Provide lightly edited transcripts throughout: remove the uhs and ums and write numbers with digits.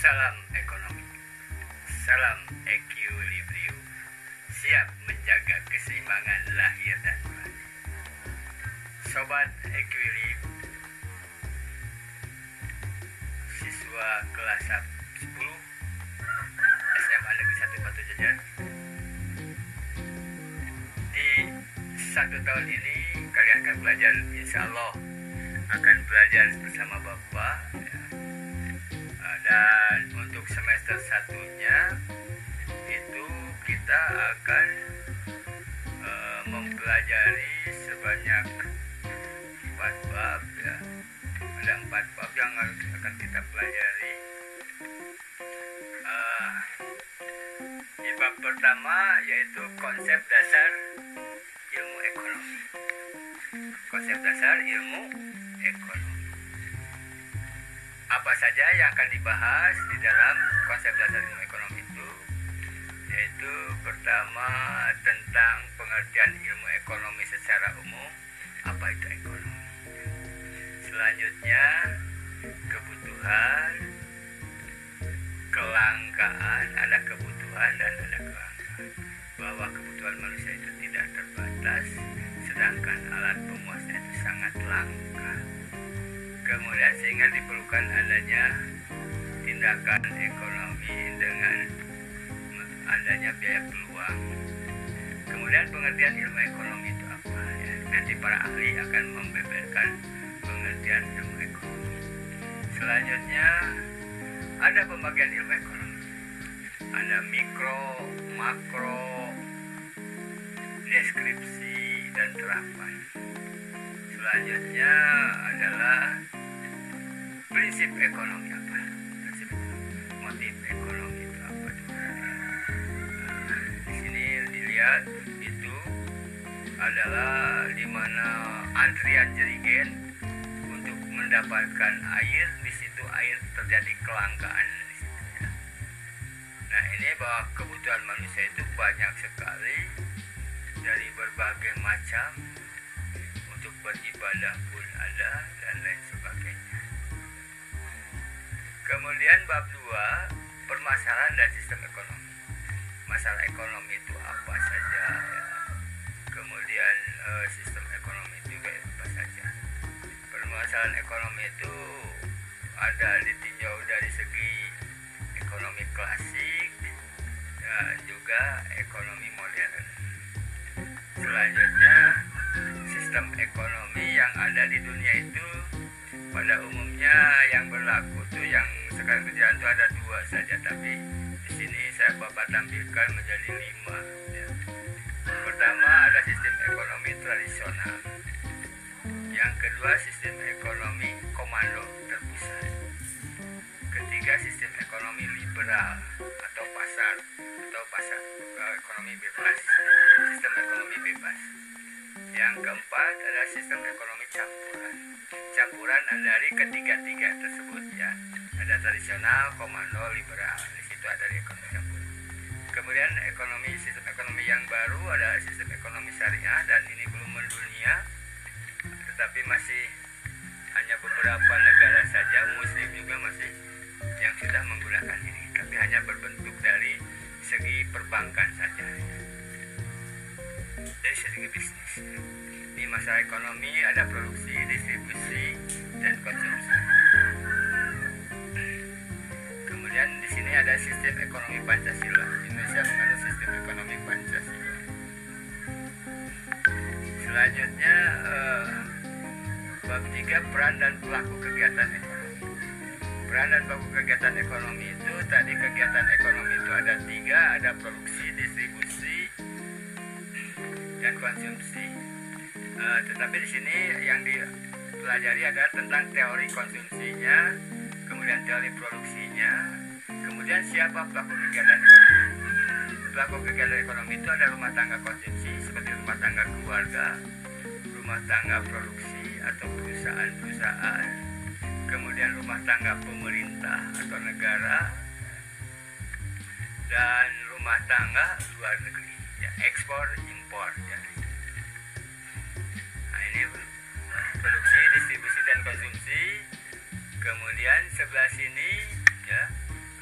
Salam ekonomi, salam equilibrium, siap menjaga keseimbangan lahir dan batin. Sobat Equilibrium, siswa kelas 10 SMA Negeri 1 Batu Jajar. Di 1 tahun ini kalian akan belajar, insya Allah akan belajar bersama Bapak ya. Dan untuk semester 1-nya itu kita akan mempelajari sebanyak 4 bab ya. Ada 4 bab yang akan kita pelajari. Di bab pertama yaitu konsep dasar ilmu ekonomi. Konsep dasar ilmu ekonomi. Apa saja yang akan dibahas di dalam konsep dasar ilmu ekonomi itu? Yaitu pertama tentang pengertian ilmu ekonomi secara umum. Apa itu ekonomi? Selanjutnya kebutuhan, kelangkaan, ada kebutuhan dan ada kelangkaan. Bahwa kebutuhan manusia itu tidak terbatas, sedangkan alat pemuasnya itu sangat langka. Kemudian sehingga diperlukan adanya tindakan ekonomi dengan adanya biaya peluang. Kemudian pengertian ilmu ekonomi itu apa ya? Nanti para ahli akan membeberkan pengertian ilmu ekonomi. Selanjutnya ada pembagian ilmu ekonomi. Ada mikro, makro, deskripsi dan terapan. Selanjutnya adalah prinsip ekonomi apa? Prinsip motif ekonomi itu apa sebenarnya? Di sini dilihat itu adalah di mana antrian jerigen untuk mendapatkan air, di situ air terjadi kelangkaan di situ ya. Nah, ini bahwa kebutuhan manusia itu banyak sekali dari berbagai macam. Untuk beribadah pun ada dan lain sebagainya. Kemudian bab 2, permasalahan dan sistem ekonomi. Masalah ekonomi itu apa saja ya. Kemudian sistem ekonomi itu juga apa saja. Permasalahan ekonomi itu ada ditinjau dari segi ekonomi klasik dan juga ekonomi modern. Selanjutnya sistem ekonomi yang ada di dunia itu pada umumnya yang berlaku tuh yang sekarang berjalan itu ada 2 saja, tapi di sini saya Bapak tampilkan menjadi 5 ya. Pertama ada sistem ekonomi tradisional. Yang kedua sistem ekonomi komando terpusat. Ketiga sistem ekonomi liberal atau pasar ekonomi bebas. Sistem ekonomi bebas. Yang keempat adalah sistem ekonomi campuran. Campuran dari ketiga-tiga tersebut ya. Ada tradisional, komando, liberal. Di situ ada ekonomi campuran. Kemudian sistem ekonomi yang baru adalah sistem ekonomi syariah dan ini belum mendunia, tetapi masih hanya beberapa negara saja, muslim juga masih yang sudah menggunakan ini, tapi hanya berbentuk dari segi perbankan saja. Dari segi bisnis. Di masalah ekonomi ada produksi, distribusi, dan konsumsi. Kemudian di sini ada sistem ekonomi Pancasila. Indonesia menganut sistem ekonomi Pancasila. Selanjutnya bab 3 peran dan pelaku kegiatan ekonomi. Peran dan pelaku kegiatan ekonomi itu tadi kegiatan ekonomi itu ada 3, ada produksi, distribusi, dan konsumsi. Tetapi di sini yang dipelajari adalah tentang teori konsumsinya, kemudian teori produksinya, kemudian siapa pelaku kegiatan ekonomi. Pelaku kegiatan ekonomi itu ada rumah tangga konsumsi seperti rumah tangga keluarga, rumah tangga produksi atau perusahaan-perusahaan, kemudian rumah tangga pemerintah atau negara, dan rumah tangga luar negeri ya, ekspor impor ya. Nah, ini produksi, distribusi dan konsumsi. Kemudian sebelah sini ya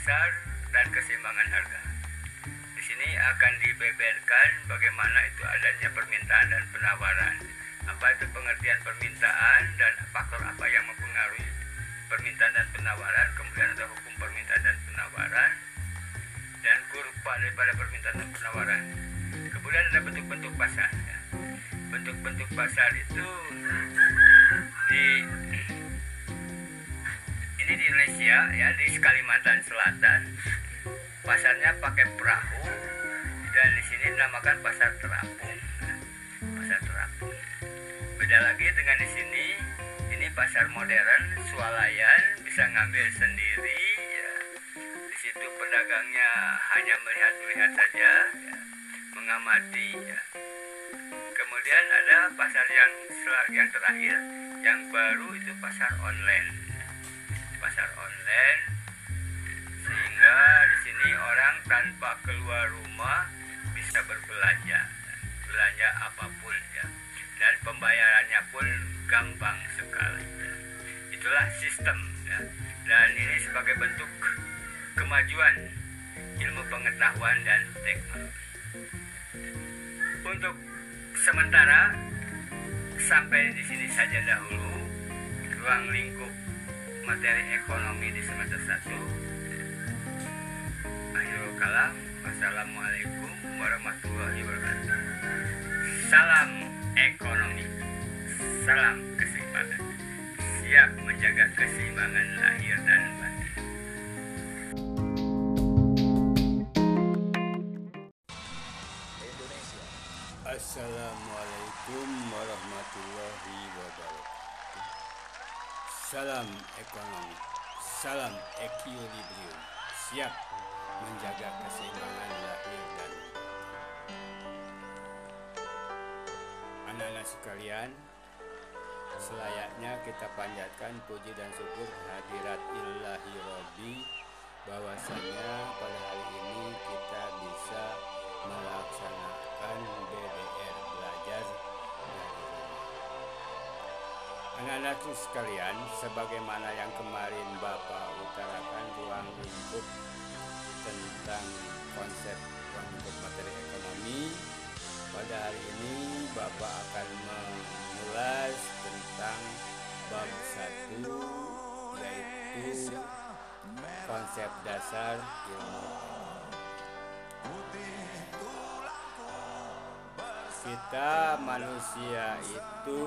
pasar dan keseimbangan harga. Di sini akan dibeberkan bagaimana itu adanya permintaan dan penawaran. Apa itu pengertian permintaan dan faktor apa yang mempengaruhi permintaan dan penawaran, kemudian ada hukum permintaan dan penawaran, dan kurva daripada permintaan dan penawaran. Kemudian ada bentuk-bentuk pasar. Ya. Bentuk-bentuk pasar itu ini di Indonesia, ya, di Kalimantan Selatan pasarnya pakai perahu, dan di sini dinamakan pasar terapung. Pasar terapung. Beda lagi dengan di sini, ini pasar modern, swalayan, bisa ngambil sendiri. Ya. Di situ pedagangnya hanya melihat-lihat saja, ya, mengamati. Ya. Kemudian ada pasar yang terakhir, yang baru itu pasar online. Ya. Pasar online, sehingga di sini orang tanpa keluar rumah bisa berbelanja, belanja apapun, ya, dan pembayarannya pun gampang sekali. Ya. Itulah sistem, ya, dan ini sebagai bentuk kemajuan ilmu pengetahuan dan teknologi. Untuk sementara sampai di sini saja dahulu ruang lingkup materi ekonomi di semester 1. Akhirul kalam. Wassalamualaikum warahmatullahi wabarakatuh. Salam ekonomi, salam keseimbangan. Siap menjaga keseimbangan lahir dan batin. Assalamualaikum warahmatullahi wabarakatuh. Salam ekonomi, salam equilibrium. Siap menjaga keseimbangan lahir dan batin. Anak-anak sekalian, selayaknya kita panjatkan puji dan syukur hadirat Ilahi Robbi bahwasanya pada hari ini kita bisa melaksanakan BDR, belajar dari rumah. Anak-anak sekalian, sebagaimana yang kemarin Bapak utarakan ruang lingkup tentang konsep ruang lingkup materi ekonomi, pada hari ini Bapak akan mengulas tentang bab 1, yaitu konsep dasar ilmu. Kita manusia itu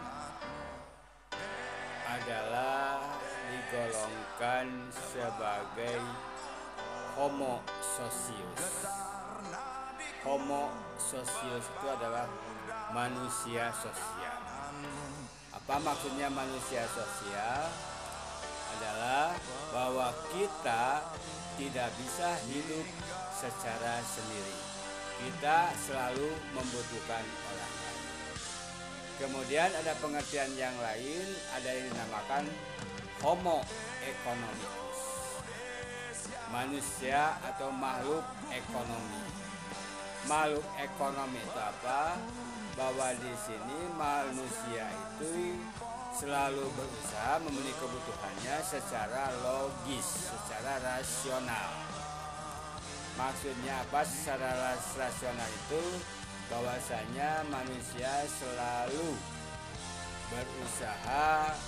adalah digolongkan sebagai Homo socius. Homo socius itu adalah manusia sosial. Apa maksudnya manusia sosial? Adalah bahwa kita tidak bisa hidup secara sendiri. Kita selalu membutuhkan orang lain. Kemudian ada pengertian yang lain, ada yang dinamakan Homo economicus. Manusia atau makhluk ekonomi. Makhluk ekonomi itu apa? Bahwa di sini manusia itu selalu berusaha memenuhi kebutuhannya secara logis, secara rasional. Maksudnya apa secara rasional itu? Bahwasanya manusia selalu berusaha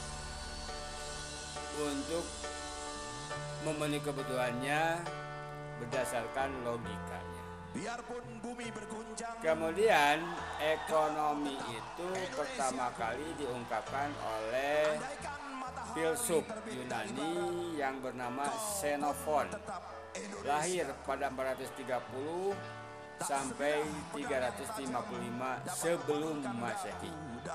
untuk memenuhi kebutuhannya berdasarkan logikanya. Biarpun bumi berguncang. Kemudian ekonomi itu pertama kali diungkapkan oleh filsuf Yunani yang bernama Xenophon. Lahir pada 430 sampai 355 sebelum Masehi.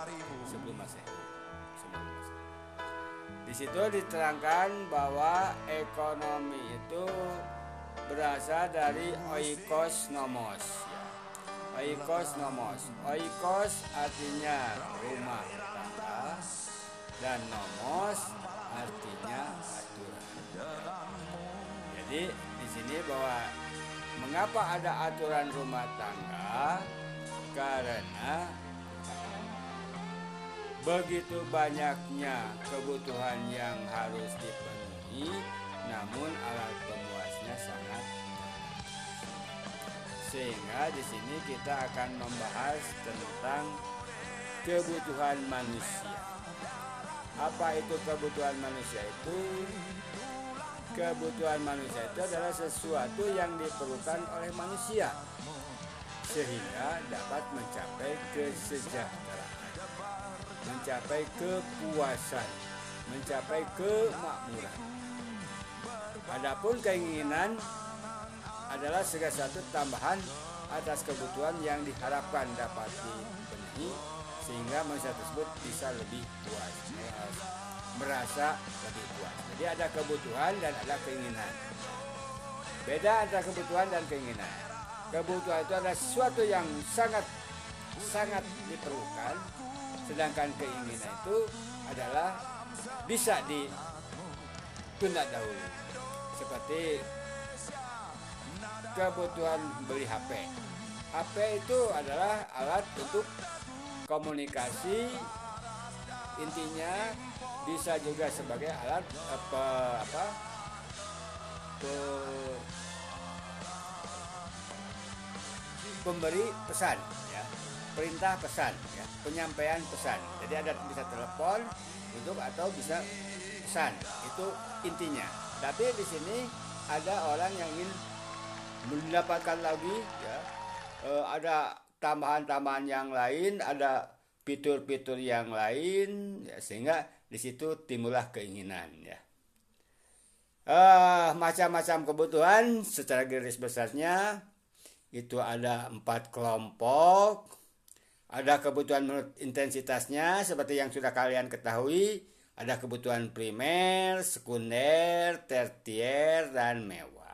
Di situ diterangkan bahwa ekonomi itu berasal dari oikos nomos. Oikos nomos. Oikos artinya rumah tangga dan nomos artinya aturan. Jadi di sini bahwa mengapa ada aturan rumah tangga? Karena begitu banyaknya kebutuhan yang harus dipenuhi, namun alat pemuas kebutuhannya sangat. Sehingga di sini kita akan membahas tentang kebutuhan manusia. Apa itu kebutuhan manusia itu? Kebutuhan manusia itu adalah sesuatu yang diperlukan oleh manusia sehingga dapat mencapai kesejahteraan, mencapai kepuasan, mencapai kemakmuran. Adapun keinginan adalah segala satu tambahan atas kebutuhan yang diharapkan dapat dipenuhi sehingga manusia tersebut bisa lebih puas, merasa lebih puas. Jadi ada kebutuhan dan ada keinginan. Beda antara kebutuhan dan keinginan. Kebutuhan itu adalah sesuatu yang sangat diperlukan, sedangkan keinginan itu adalah bisa ditunda dahulu. Seperti kebutuhan beli HP. HP itu adalah alat untuk komunikasi, intinya bisa juga sebagai alat pemberi pesan, ya, perintah pesan, ya, penyampaian pesan. Jadi ada bisa telepon untuk atau bisa pesan, itu intinya. Tapi di sini ada orang yang ingin mendapatkan lagi, ya, ada tambahan-tambahan yang lain, ada fitur-fitur yang lain, ya, sehingga di situ timbullah keinginan, ya. Macam-macam kebutuhan secara garis besarnya itu ada 4 kelompok. Ada kebutuhan menurut intensitasnya seperti yang sudah kalian ketahui. Ada kebutuhan primer, sekunder, tersier, dan mewah.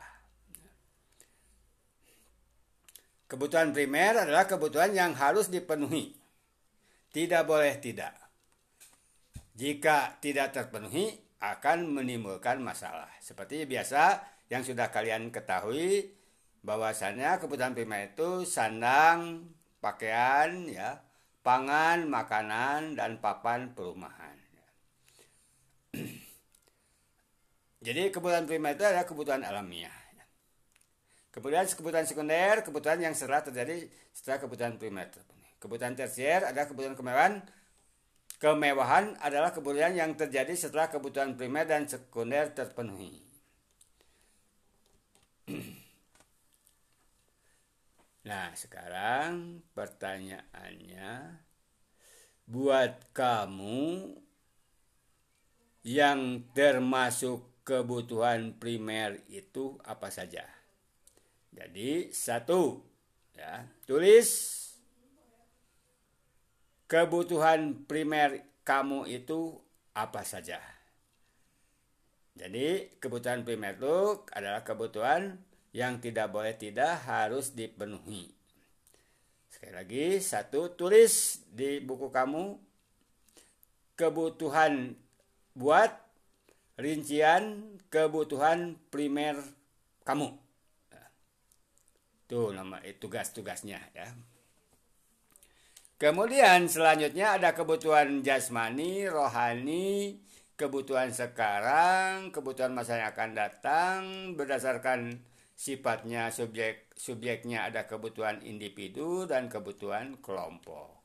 Kebutuhan primer adalah kebutuhan yang harus dipenuhi. Tidak boleh tidak. Jika tidak terpenuhi akan menimbulkan masalah. Seperti biasa yang sudah kalian ketahui bahwasannya kebutuhan primer itu sandang, pakaian, ya, pangan, makanan, dan papan perumahan. Jadi kebutuhan primer itu adalah kebutuhan alamiah. Kemudian kebutuhan sekunder, kebutuhan yang terjadi setelah kebutuhan primer terpenuhi. Kebutuhan tersier adalah kebutuhan kemewahan. Kemewahan adalah kebutuhan yang terjadi setelah kebutuhan primer dan sekunder terpenuhi. Nah, sekarang pertanyaannya, buat kamu yang termasuk kebutuhan primer itu apa saja? Jadi 1, ya, tulis kebutuhan primer kamu itu apa saja. Jadi kebutuhan primer itu adalah kebutuhan yang tidak boleh tidak harus dipenuhi. Sekali lagi, 1, tulis di buku kamu kebutuhan buat rincian kebutuhan primer kamu. Itu nama tugas-tugasnya, ya. Kemudian selanjutnya ada kebutuhan jasmani, rohani, kebutuhan sekarang, kebutuhan masa yang akan datang berdasarkan sifatnya subjeknya ada kebutuhan individu dan kebutuhan kelompok.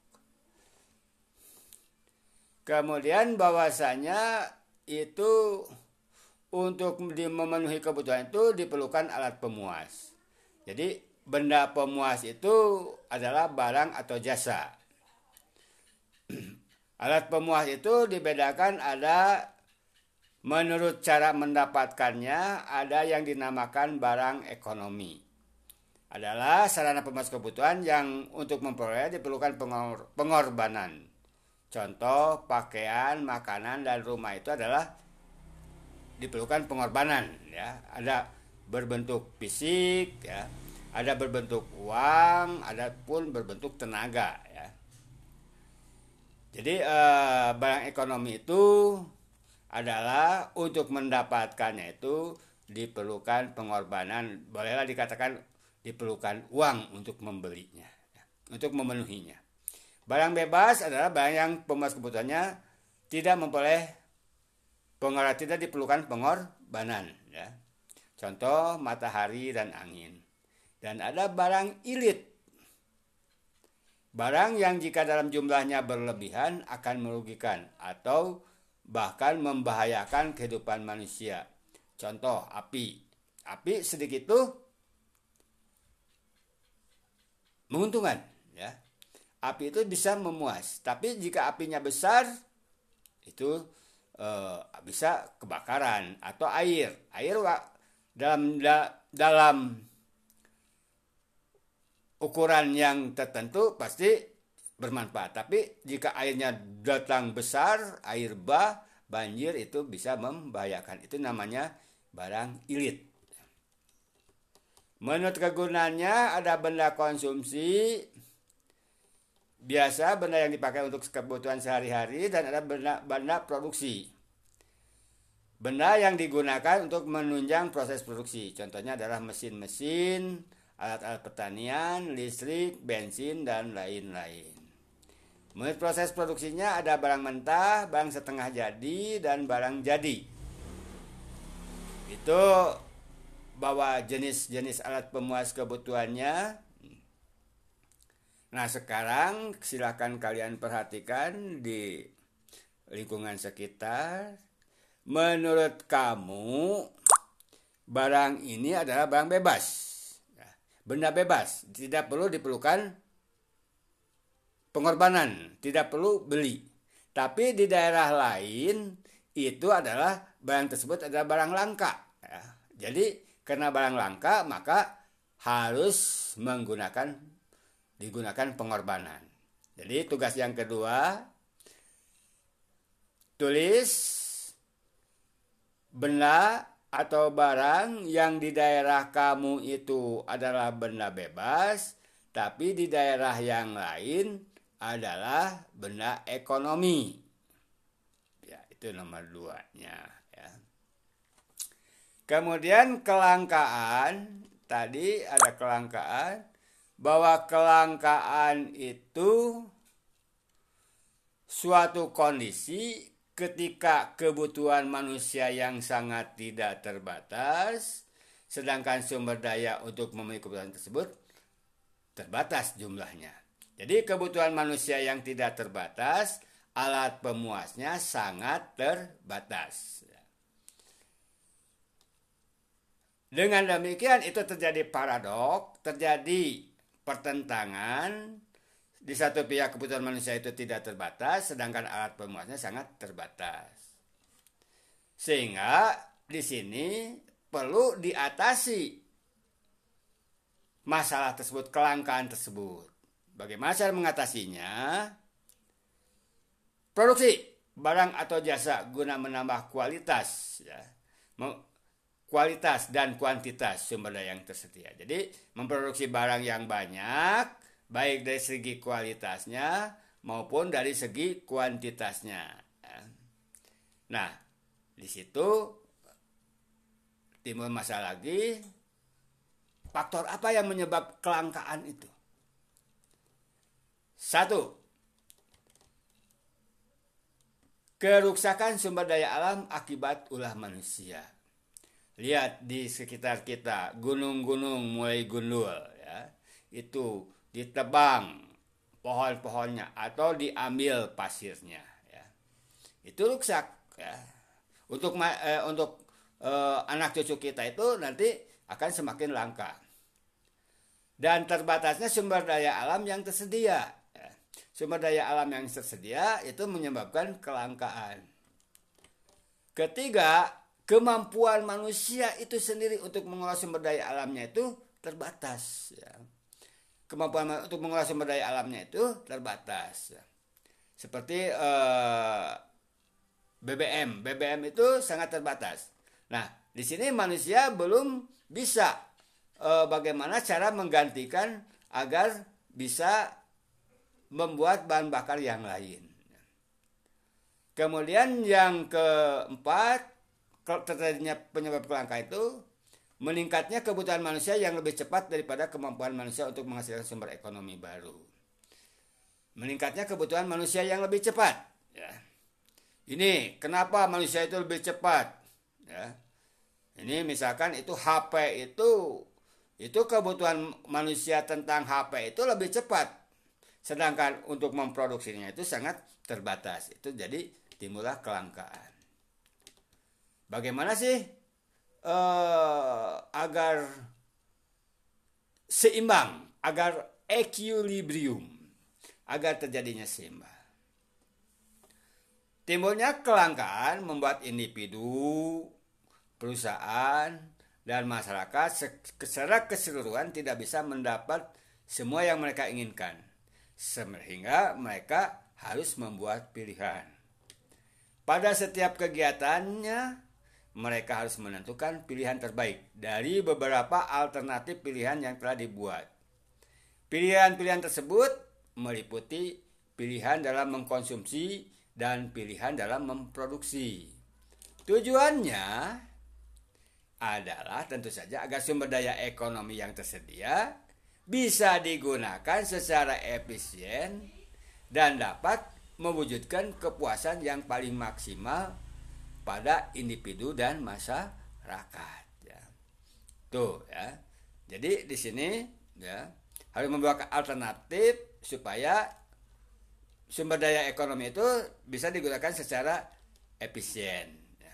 Kemudian bahwasanya itu untuk memenuhi kebutuhan itu diperlukan alat pemuas. Jadi benda pemuas itu adalah barang atau jasa. Alat pemuas itu dibedakan ada menurut cara mendapatkannya, ada yang dinamakan barang ekonomi. Adalah sarana pemuas kebutuhan yang untuk memperoleh diperlukan pengorbanan. Contoh pakaian, makanan, dan rumah itu adalah diperlukan pengorbanan, ya. Ada berbentuk fisik, ya. Ada berbentuk uang, ada pun berbentuk tenaga, ya. Jadi barang ekonomi itu adalah untuk mendapatkannya itu diperlukan pengorbanan, bolehlah dikatakan diperlukan uang untuk membelinya, ya, untuk memenuhinya. Barang bebas adalah barang yang pemuas kebutuhannya tidak diperlukan pengorbanan, ya. Contoh matahari dan angin. Dan ada barang ilit. Barang yang jika dalam jumlahnya berlebihan akan merugikan atau bahkan membahayakan kehidupan manusia. Contoh api. Api sedikit itu menguntungkan, ya. Api itu bisa memuas, tapi jika apinya besar itu bisa kebakaran atau air. Air dalam ukuran yang tertentu pasti bermanfaat. Tapi jika airnya datang besar, air bah, banjir itu bisa membahayakan. Itu namanya barang ilit. Menurut kegunaannya ada benda konsumsi biasa, benda yang dipakai untuk kebutuhan sehari-hari, dan ada benda produksi. Benda yang digunakan untuk menunjang proses produksi. Contohnya adalah mesin-mesin, alat-alat pertanian, listrik, bensin, dan lain-lain. Menurut proses produksinya ada barang mentah, barang setengah jadi, dan barang jadi. Itu bahwa jenis-jenis alat pemuas kebutuhannya. Nah, sekarang silakan kalian perhatikan di lingkungan sekitar. Menurut kamu, barang ini adalah barang bebas. Benda bebas, tidak perlu diperlukan pengorbanan, tidak perlu beli. Tapi di daerah lain itu adalah barang tersebut adalah barang langka. Jadi karena barang langka maka harus digunakan pengorbanan. Jadi tugas yang kedua, tulis benda atau barang yang di daerah kamu itu adalah benda bebas, tapi di daerah yang lain adalah benda ekonomi. Ya, itu nomor 2-nya, ya. Kemudian kelangkaan, tadi ada kelangkaan, bahwa kelangkaan itu suatu kondisi ketika kebutuhan manusia yang sangat tidak terbatas, sedangkan sumber daya untuk memenuhi kebutuhan tersebut terbatas jumlahnya. Jadi kebutuhan manusia yang tidak terbatas, alat pemuasnya sangat terbatas. Dengan demikian itu terjadi paradok, terjadi pertentangan. Di satu pihak kebutuhan manusia itu tidak terbatas, sedangkan alat pemuasnya sangat terbatas. Sehingga di sini perlu diatasi masalah tersebut, kelangkaan tersebut. Bagaimana cara mengatasinya? Produksi barang atau jasa guna menambah kualitas, ya. Kualitas dan kuantitas sumber daya yang tersedia. Jadi memproduksi barang yang banyak, baik dari segi kualitasnya maupun dari segi kuantitasnya. Nah, di situ timbul masalah lagi. Faktor apa yang menyebab kelangkaan itu? 1. Kerusakan sumber daya alam akibat ulah manusia. Lihat di sekitar kita, gunung-gunung mulai gundul, ya. Itu ditebang pohon-pohonnya atau diambil pasirnya, ya. Itu rusak, ya. Untuk anak cucu kita itu nanti akan semakin langka. Dan terbatasnya sumber daya alam yang tersedia, ya. Sumber daya alam yang tersedia itu menyebabkan kelangkaan. Ketiga, kemampuan manusia itu sendiri untuk mengolah sumber daya alamnya itu terbatas, ya. Kemampuan untuk mengolah sumber daya alamnya itu terbatas. Seperti BBM itu sangat terbatas. Nah, di sini manusia belum bisa bagaimana cara menggantikan agar bisa membuat bahan bakar yang lain. Kemudian yang keempat, terjadinya penyebab kelangkaan itu meningkatnya kebutuhan manusia yang lebih cepat daripada kemampuan manusia untuk menghasilkan sumber ekonomi baru. Meningkatnya kebutuhan manusia yang lebih cepat, ya. Ini kenapa manusia itu lebih cepat, ya. Ini misalkan itu HP itu kebutuhan manusia tentang HP itu lebih cepat. Sedangkan untuk memproduksinya itu sangat terbatas. Itu jadi timbullah kelangkaan. Bagaimana sih agar seimbang, agar equilibrium, agar terjadinya seimbang? Timbulnya kelangkaan membuat individu, perusahaan, dan masyarakat secara keseluruhan tidak bisa mendapat semua yang mereka inginkan. Sehingga mereka harus membuat pilihan. Pada setiap kegiatannya, mereka harus menentukan pilihan terbaik dari beberapa alternatif pilihan yang telah dibuat. Pilihan-pilihan tersebut meliputi pilihan dalam mengkonsumsi dan pilihan dalam memproduksi. Tujuannya adalah tentu saja agar sumber daya ekonomi yang tersedia bisa digunakan secara efisien dan dapat mewujudkan kepuasan yang paling maksimal pada individu dan masyarakat. Ya. Tuh ya. Jadi di sini ya harus membuat alternatif supaya sumber daya ekonomi itu bisa digunakan secara efisien. Ya.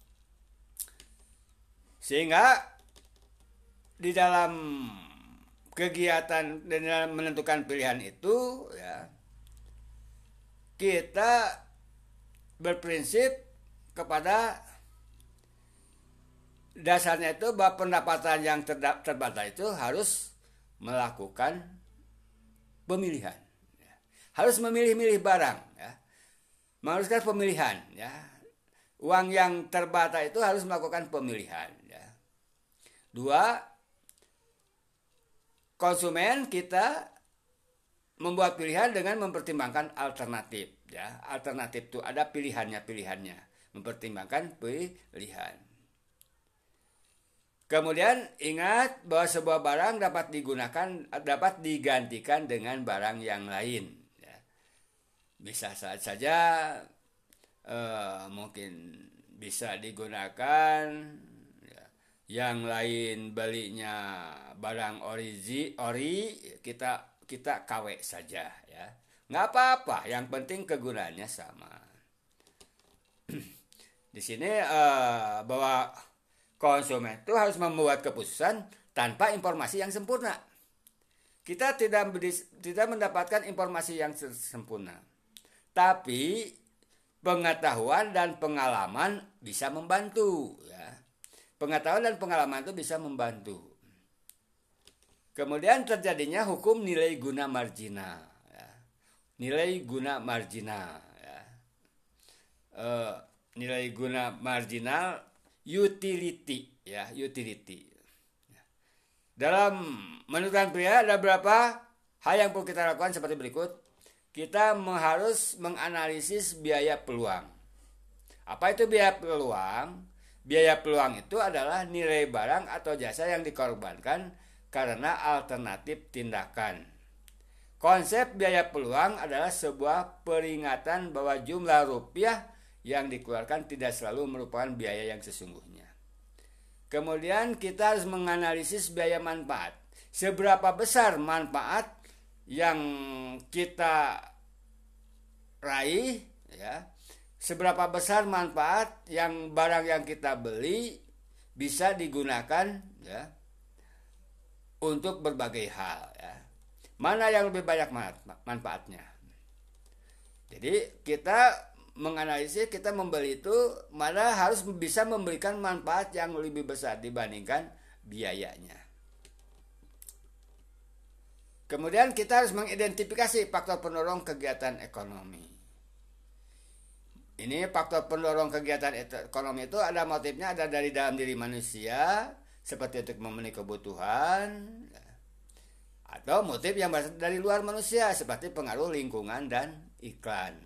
Sehingga di dalam kegiatan dan dalam menentukan pilihan itu ya kita berprinsip kepada dasarnya itu bahwa pendapatan yang terbatas itu harus melakukan pemilihan, ya. Harus memilih-milih barang, ya. Mengharuskan pemilihan, ya. Uang yang terbatas itu harus melakukan pemilihan, ya. 2, konsumen kita membuat pilihan dengan mempertimbangkan alternatif, ya. Alternatif itu ada pilihannya, mempertimbangkan pilihan. Kemudian ingat bahwa sebuah barang dapat digantikan dengan barang yang lain, ya. Bisa saja mungkin bisa digunakan, ya. Yang lain belinya barang ori, kita KW saja, ya. Nggak apa-apa, yang penting kegunaannya sama. Di sini bahwa konsumen itu harus membuat keputusan tanpa informasi yang sempurna. Kita tidak mendapatkan informasi yang sempurna, tapi pengetahuan dan pengalaman bisa membantu, ya. Pengetahuan dan pengalaman itu bisa membantu. Kemudian terjadinya hukum nilai guna marginal, ya. Nilai guna marginal, ya. Nilai guna marginal utility, ya, utility. Dalam menentukan pilihan ada beberapa hal yang perlu kita lakukan seperti berikut. Kita harus menganalisis biaya peluang. Apa itu biaya peluang? Biaya peluang itu adalah nilai barang atau jasa yang dikorbankan karena alternatif tindakan. Konsep biaya peluang adalah sebuah peringatan bahwa jumlah rupiah yang dikeluarkan tidak selalu merupakan biaya yang sesungguhnya. Kemudian kita harus menganalisis biaya manfaat. Seberapa besar manfaat yang kita raih, ya. Seberapa besar manfaat yang barang yang kita beli bisa digunakan, ya, untuk berbagai hal, ya. Mana yang lebih banyak manfaatnya. Jadi kita menganalisis, kita membeli itu mana harus bisa memberikan manfaat yang lebih besar dibandingkan biayanya. Kemudian kita harus mengidentifikasi faktor pendorong kegiatan ekonomi. Ini faktor pendorong kegiatan ekonomi itu ada motifnya, ada dari dalam diri manusia seperti untuk memenuhi kebutuhan, atau motif yang berasal dari luar manusia seperti pengaruh lingkungan dan iklan.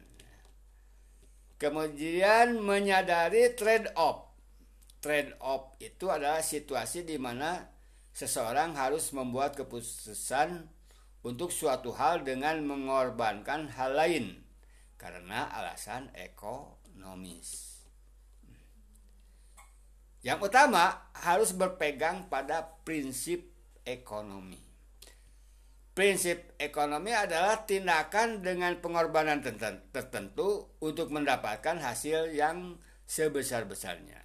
Kemudian menyadari trade-off. Trade-off itu adalah situasi di mana seseorang harus membuat keputusan untuk suatu hal dengan mengorbankan hal lain karena alasan ekonomis. Yang utama harus berpegang pada prinsip ekonomi. Prinsip ekonomi adalah tindakan dengan pengorbanan tertentu untuk mendapatkan hasil yang sebesar-besarnya.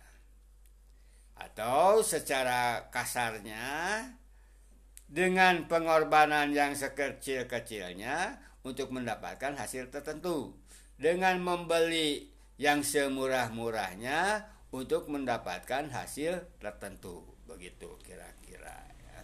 Atau secara kasarnya, dengan pengorbanan yang sekecil-kecilnya untuk mendapatkan hasil tertentu. Dengan membeli yang semurah-murahnya untuk mendapatkan hasil tertentu. Begitu kira-kira.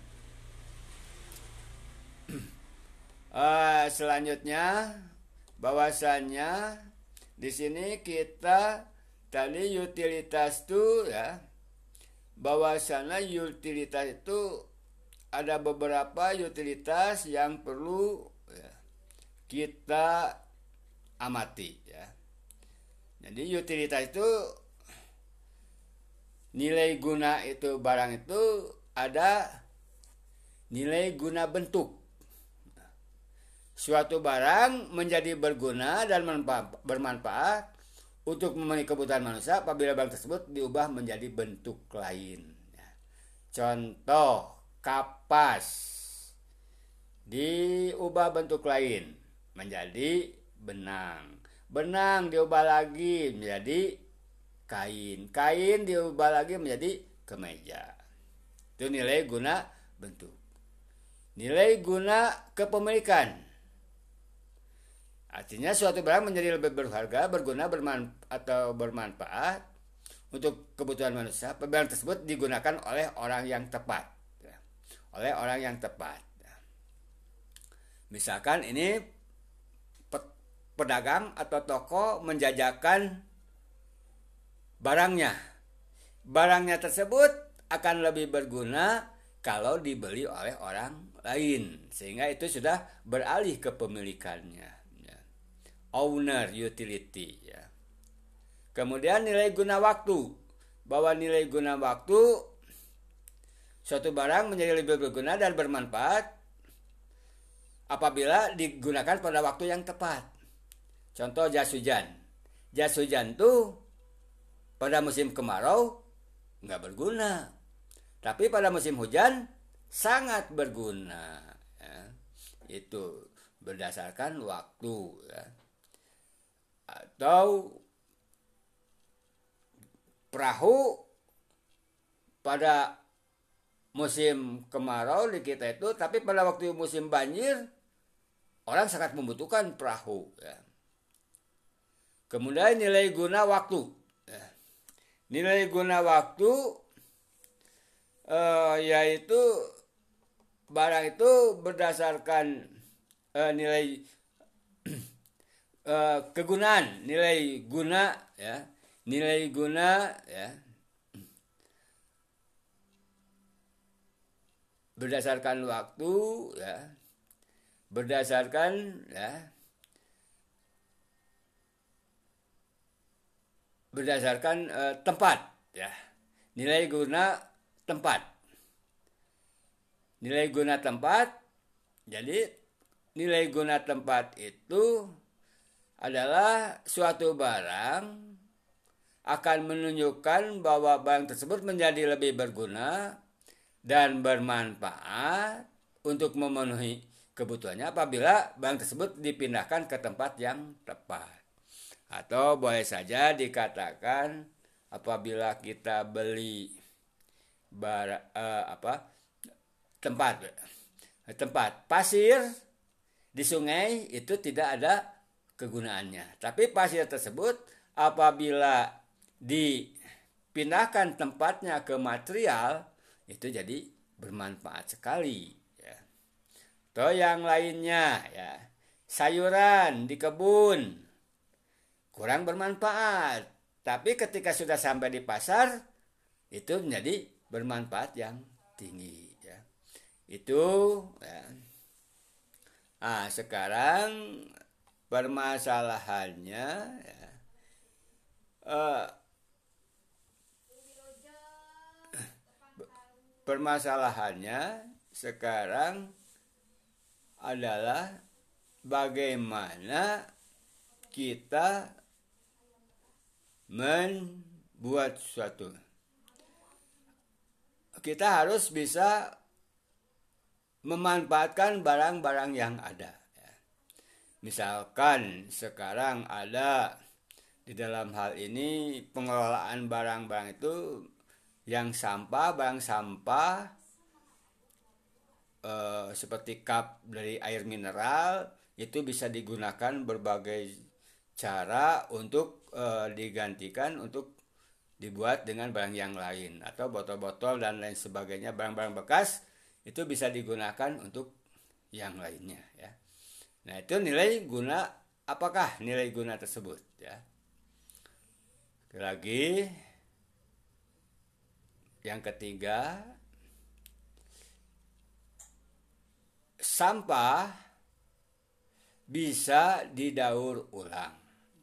Selanjutnya bahwasannya di sini kita tadi utilitas itu ya, bahwasannya utilitas itu ada beberapa utilitas yang perlu ya, kita amati ya. Jadi utilitas itu nilai guna itu barang itu ada nilai guna bentuk. Suatu barang menjadi berguna dan bermanfaat untuk memenuhi kebutuhan manusia apabila barang tersebut diubah menjadi bentuk lain. Contoh, kapas diubah bentuk lain menjadi benang. Benang diubah lagi menjadi kain. Kain diubah lagi menjadi kemeja. Itu nilai guna bentuk. Nilai guna kepemilikan. Artinya suatu barang menjadi lebih berharga, berguna, bermanfaat untuk kebutuhan manusia. Barang tersebut digunakan oleh orang yang tepat. Oleh orang yang tepat. Misalkan ini pedagang atau toko menjajakan barangnya. Barangnya tersebut akan lebih berguna kalau dibeli oleh orang lain. Sehingga itu sudah beralih kepemilikannya. Owner utility ya. Kemudian nilai guna waktu. Bahwa nilai guna waktu suatu barang menjadi lebih berguna dan bermanfaat apabila digunakan pada waktu yang tepat. Contoh jas hujan. Jas hujan tuh pada musim kemarau nggak berguna. Tapi pada musim hujan sangat berguna. Ya. Itu berdasarkan waktu ya. Atau perahu pada musim kemarau di kita itu, tapi pada waktu musim banjir orang sangat membutuhkan perahu ya. Kemudian nilai guna waktu ya. Nilai guna waktu yaitu barang itu berdasarkan nilai kegunaan, nilai guna ya, nilai guna ya, berdasarkan waktu ya, berdasarkan ya, berdasarkan tempat ya, nilai guna tempat, nilai guna tempat. Jadi nilai guna tempat itu adalah suatu barang akan menunjukkan bahwa barang tersebut menjadi lebih berguna dan bermanfaat untuk memenuhi kebutuhannya apabila barang tersebut dipindahkan ke tempat yang tepat. Atau boleh saja dikatakan apabila kita beli tempat pasir di sungai itu tidak ada kegunaannya. Tapi pasir tersebut apabila dipindahkan tempatnya ke material itu jadi bermanfaat sekali ya. Atau yang lainnya ya, sayuran di kebun kurang bermanfaat, tapi ketika sudah sampai di pasar itu menjadi bermanfaat yang tinggi ya. Itu ya. Sekarang permasalahannya ya, permasalahannya sekarang adalah bagaimana kita membuat suatu kita harus bisa memanfaatkan barang-barang yang ada. Misalkan sekarang ada di dalam hal ini pengelolaan barang-barang itu yang sampah, barang sampah seperti cup dari air mineral itu bisa digunakan berbagai cara untuk digantikan untuk dibuat dengan barang yang lain, atau botol-botol dan lain sebagainya, barang-barang bekas itu bisa digunakan untuk yang lainnya ya. Nah, itu nilai guna, apakah nilai guna tersebut ya. Lagi yang ketiga, sampah bisa didaur ulang.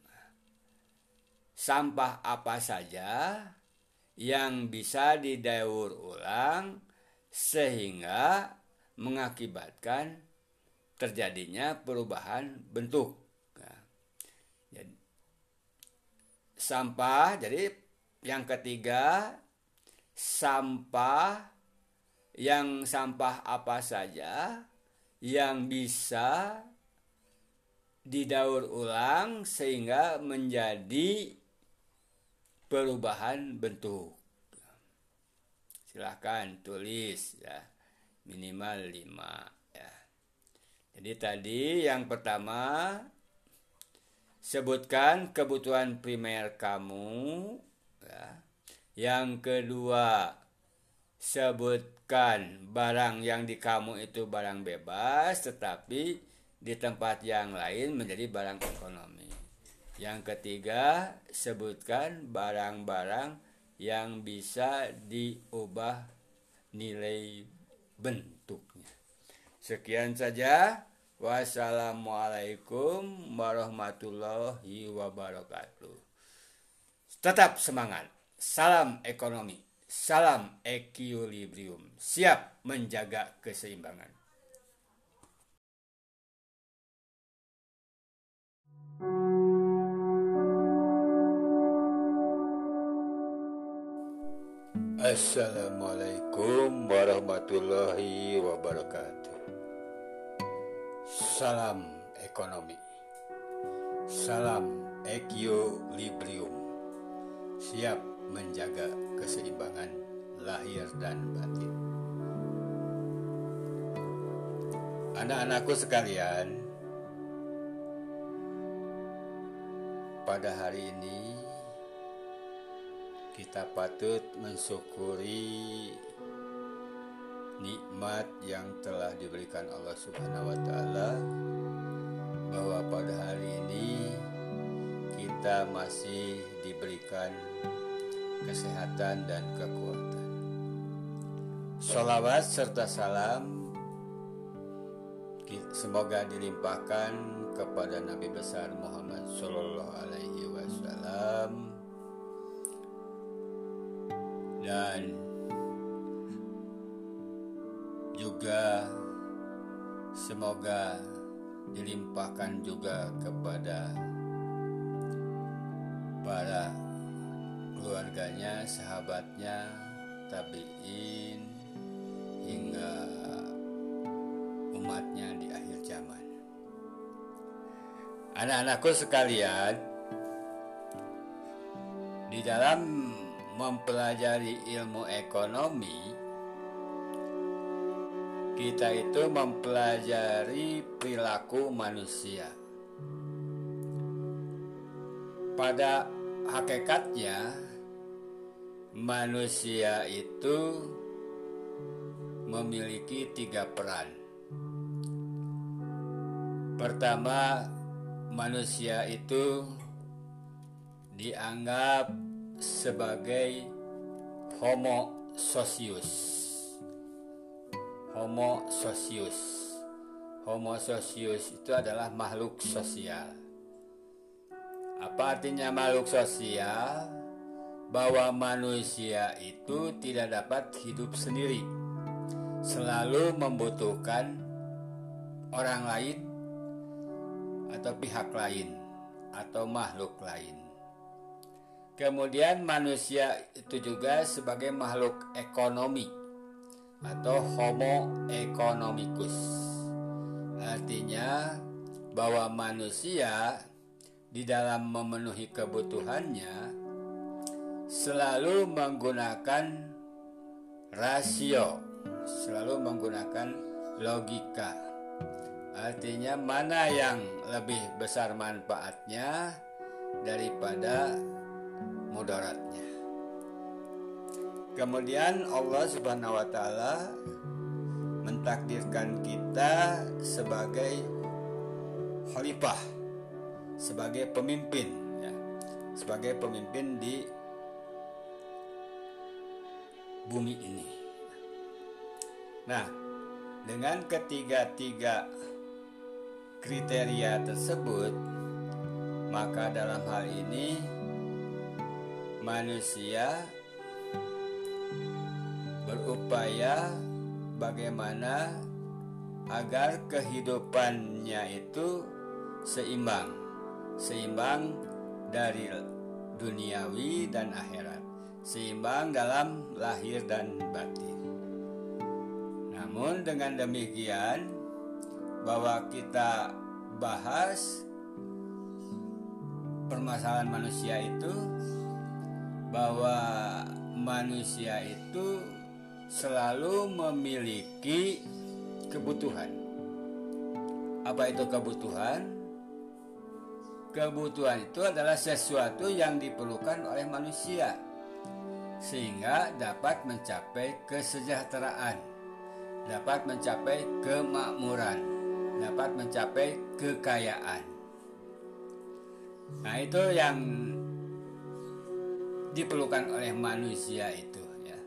Sampah apa saja yang bisa didaur ulang sehingga mengakibatkan terjadinya perubahan bentuk. Nah, jadi, sampah, jadi yang ketiga, sampah apa saja yang bisa didaur ulang sehingga menjadi perubahan bentuk. Silahkan tulis ya, minimal 5 ya. Jadi tadi yang pertama, sebutkan kebutuhan primer kamu ya. Yang kedua, sebutkan barang yang di kamu itu barang bebas, tetapi di tempat yang lain menjadi barang ekonomi. Yang ketiga, sebutkan barang-barang yang bisa diubah nilai bentuknya. Sekian saja. Wassalamualaikum warahmatullahi wabarakatuh. Tetap semangat. Salam ekonomi. Salam equilibrium. Siap menjaga keseimbangan. Assalamualaikum warahmatullahi wabarakatuh. Salam ekonomi. Salam equilibrium. Siap menjaga keseimbangan lahir dan batin. Anak-anakku sekalian, pada hari ini kita patut mensyukuri nikmat yang telah diberikan Allah Subhanahu wa Ta'ala, bahwa pada hari ini kita masih diberikan kesehatan dan kekuatan. Sholawat serta salam semoga dilimpahkan kepada Nabi besar Muhammad Sallallahu Alaihi Wasallam, dan juga semoga dilimpahkan juga kepada para keluarganya, sahabatnya, tabi'in, hingga umatnya di akhir zaman. Anak-anakku sekalian, di dalam mempelajari ilmu ekonomi, kita itu mempelajari perilaku manusia. Pada hakikatnya, manusia itu memiliki 3 peran. Pertama, manusia itu dianggap sebagai Homo socius. Homo socius. Homo socius itu adalah makhluk sosial. Apa artinya makhluk sosial? Bahwa manusia itu tidak dapat hidup sendiri, selalu membutuhkan orang lain atau pihak lain atau makhluk lain. Kemudian manusia itu juga sebagai makhluk ekonomi. atau Homo economicus. Artinya bahwa manusia di dalam memenuhi kebutuhannya selalu menggunakan rasio, selalu menggunakan logika. Artinya mana yang lebih besar manfaatnya daripada mudaratnya. Kemudian Allah Subhanahu wa taala mentakdirkan kita sebagai khalifah, sebagai pemimpin ya, sebagai pemimpin di bumi ini. Nah, dengan ketiga kriteria tersebut, maka dalam hal ini manusia berupaya bagaimana agar kehidupannya itu seimbang dari duniawi dan akhirat, seimbang dalam lahir dan batin. Namun dengan demikian, bahwa kita bahas permasalahan manusia itu, bahwa manusia itu selalu memiliki kebutuhan. Apa itu kebutuhan? Kebutuhan itu adalah sesuatu yang diperlukan oleh manusia sehingga dapat mencapai kesejahteraan, dapat mencapai kemakmuran, dapat mencapai kekayaan. Nah, itu yang diperlukan oleh manusia itu ya.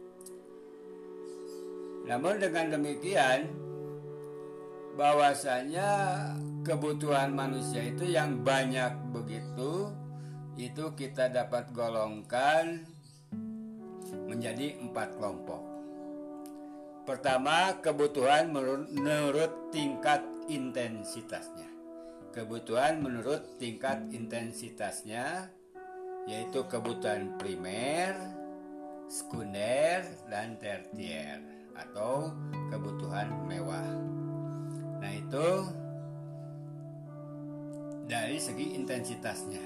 Namun dengan demikian, bahwasanya kebutuhan manusia itu yang banyak begitu, itu kita dapat golongkan menjadi 4 kelompok. Pertama, kebutuhan menurut tingkat intensitasnya. Kebutuhan menurut tingkat intensitasnya yaitu kebutuhan primer, sekunder, dan tersier atau kebutuhan mewah. Nah, itu dari segi intensitasnya.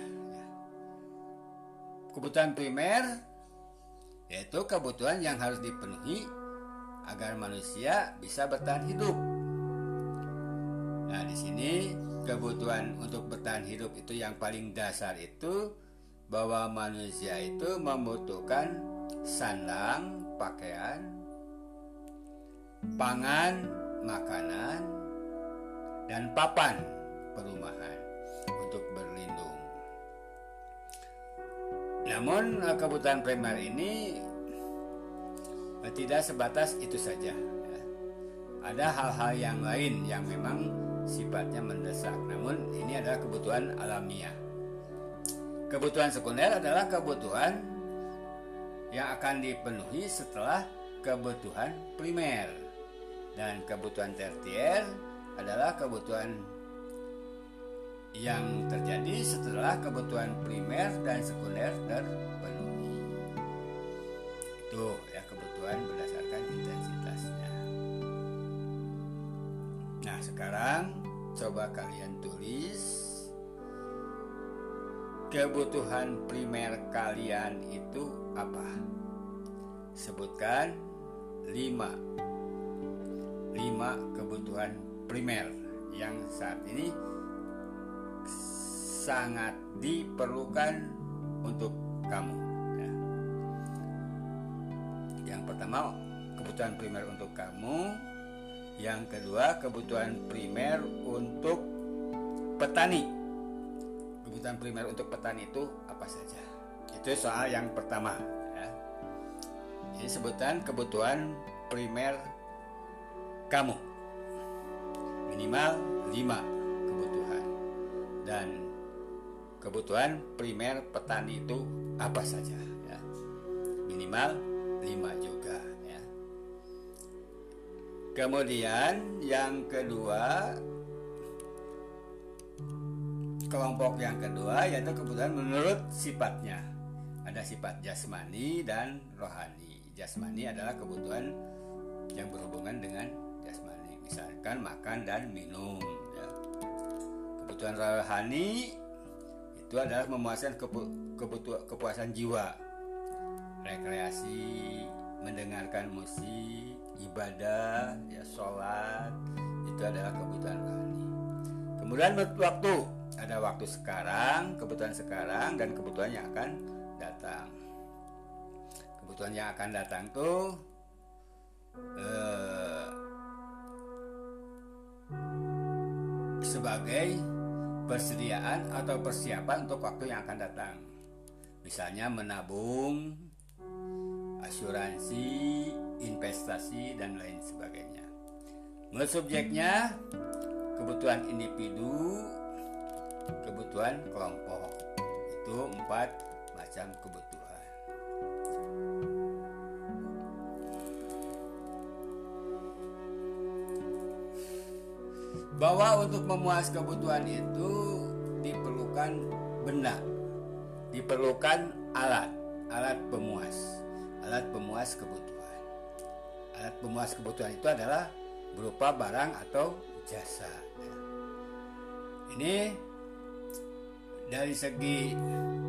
Kebutuhan primer yaitu kebutuhan yang harus dipenuhi agar manusia bisa bertahan hidup. Nah, di sini kebutuhan untuk bertahan hidup itu yang paling dasar itu bahwa manusia itu membutuhkan sandang, pakaian, pangan, makanan, dan papan perumahan untuk berlindung. Namun kebutuhan primer ini tidak sebatas itu saja. Ada hal-hal yang lain yang memang sifatnya mendesak. Namun ini adalah kebutuhan alamiah. Kebutuhan sekunder adalah kebutuhan yang akan dipenuhi setelah kebutuhan primer. Dan kebutuhan tersier adalah kebutuhan yang terjadi setelah kebutuhan primer dan sekunder terpenuhi. Itu ya kebutuhan berdasarkan intensitasnya. Nah, sekarang coba kalian tulis kebutuhan primer kalian itu apa? Sebutkan 5 kebutuhan primer yang saat ini sangat diperlukan untuk kamu ya. Yang pertama, kebutuhan primer untuk kamu. Yang kedua, kebutuhan primer untuk petani. Kebutuhan primer untuk petani itu apa saja? Itu soal yang pertama ya. Ini sebutan kebutuhan primer kamu. Minimal 5 kebutuhan. Dan kebutuhan primer petani itu apa saja ya. Minimal 5 juga ya. Kemudian yang kedua, kelompok yang kedua yaitu kebutuhan menurut sifatnya. Ada sifat jasmani dan rohani. Jasmani adalah kebutuhan yang berhubungan dengan jasmani, misalkan makan dan minum ya. Kebutuhan rohani itu adalah memuaskan kepuasan jiwa, rekreasi, mendengarkan musik, ibadah, ya sholat, itu adalah kebutuhan rohani. Kemudian waktu, ada waktu sekarang, kebutuhan sekarang, dan kebutuhan yang akan datang. Kebutuhan yang akan datang tuh sebagai persediaan atau persiapan untuk waktu yang akan datang. Misalnya menabung, asuransi, investasi, dan lain sebagainya. Menurut subjeknya, kebutuhan individu, kebutuhan kelompok. Itu 4 macam kebutuhan. Bahwa untuk memuas kebutuhan itu diperlukan benda, diperlukan alat pemuas kebutuhan. Alat pemuas kebutuhan itu adalah berupa barang atau jasa. Ini dari segi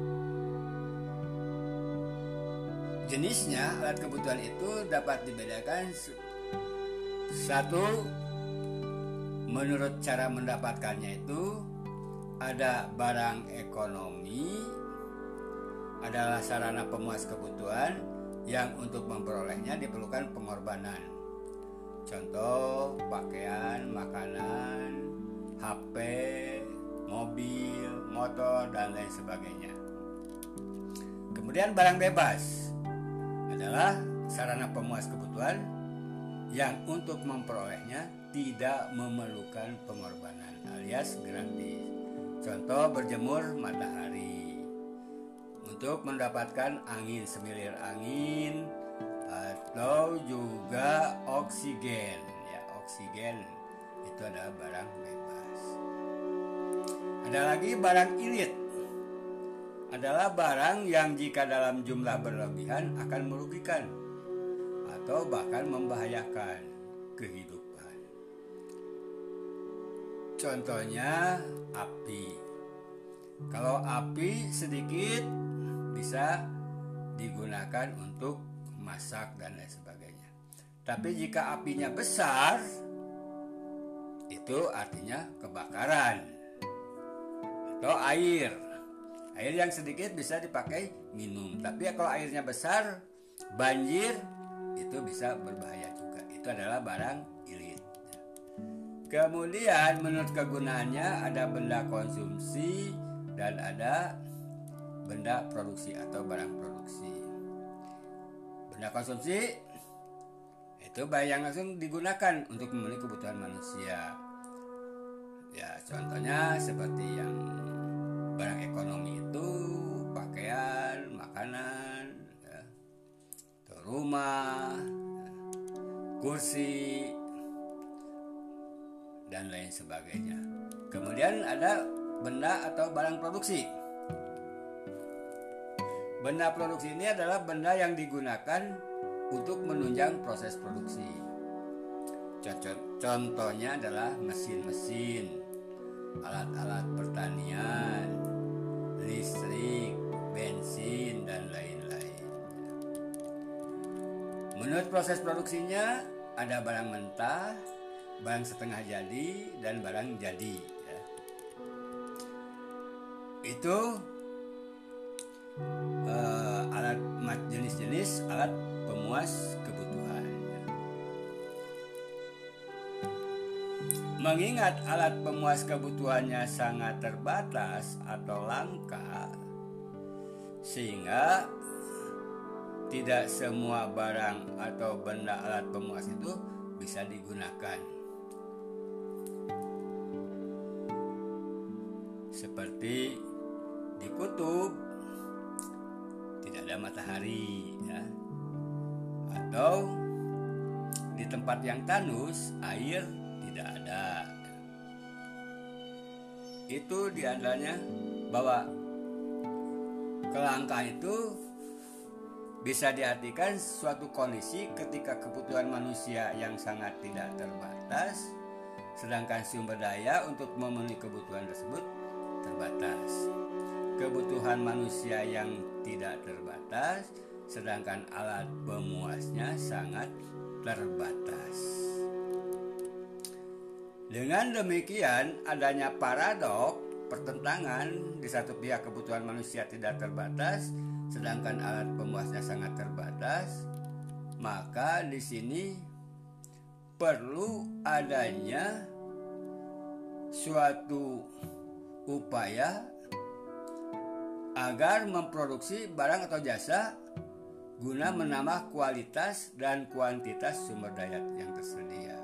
jenisnya, alat kebutuhan itu dapat dibedakan. Satu, menurut cara mendapatkannya itu ada barang ekonomi, adalah sarana pemuas kebutuhan yang untuk memperolehnya diperlukan pengorbanan. Contoh pakaian, makanan, HP, mobil, motor, dan lain sebagainya. Kemudian barang bebas adalah sarana pemuas kebutuhan yang untuk memperolehnya tidak memerlukan pengorbanan alias gratis. Contoh berjemur matahari untuk mendapatkan angin, semilir angin, atau juga oksigen. Ya, oksigen itu adalah barang bebas. Ada lagi barang ilit, adalah barang yang jika dalam jumlah berlebihan akan merugikan atau bahkan membahayakan kehidupan. Contohnya api. Kalau api sedikit bisa digunakan untuk masak dan lain sebagainya. Tapi jika apinya besar, itu artinya kebakaran. Atau air. Air yang sedikit bisa dipakai minum. Tapi kalau airnya besar, banjir, itu bisa berbahaya juga. Itu adalah barang ilit. Kemudian menurut kegunaannya ada benda konsumsi dan ada benda produksi atau barang produksi. Benda konsumsi itu barang yang langsung digunakan untuk memenuhi kebutuhan manusia. Ya, contohnya seperti yang barang ekonomi itu pakaian, makanan, ya, rumah, kursi, dan lain sebagainya. Kemudian ada benda atau barang produksi. Benda produksi ini adalah benda yang digunakan untuk menunjang proses produksi. Contohnya adalah mesin-mesin, alat-alat pertanian, listrik, bensin, dan lain-lain. Menurut proses produksinya ada barang mentah, barang setengah jadi, dan barang jadi. Ya. Itu alat jenis-jenis alat pemuas kebutuhan. Mengingat alat pemuas kebutuhannya sangat terbatas atau langka, sehingga tidak semua barang atau benda alat pemuas itu bisa digunakan. Seperti di kutub tidak ada matahari, ya. Atau di tempat yang tandus air tidak ada. Itu diantaranya bahwa kelangkaan itu bisa diartikan suatu kondisi ketika kebutuhan manusia yang sangat tidak terbatas, sedangkan sumber daya untuk memenuhi kebutuhan tersebut terbatas. Kebutuhan manusia yang tidak terbatas, sedangkan alat pemuasnya sangat terbatas. Dengan demikian, adanya paradok, pertentangan, di satu pihak kebutuhan manusia tidak terbatas, sedangkan alat pemuasnya sangat terbatas, maka di sini perlu adanya suatu upaya agar memproduksi barang atau jasa guna menambah kualitas dan kuantitas sumber daya yang tersedia.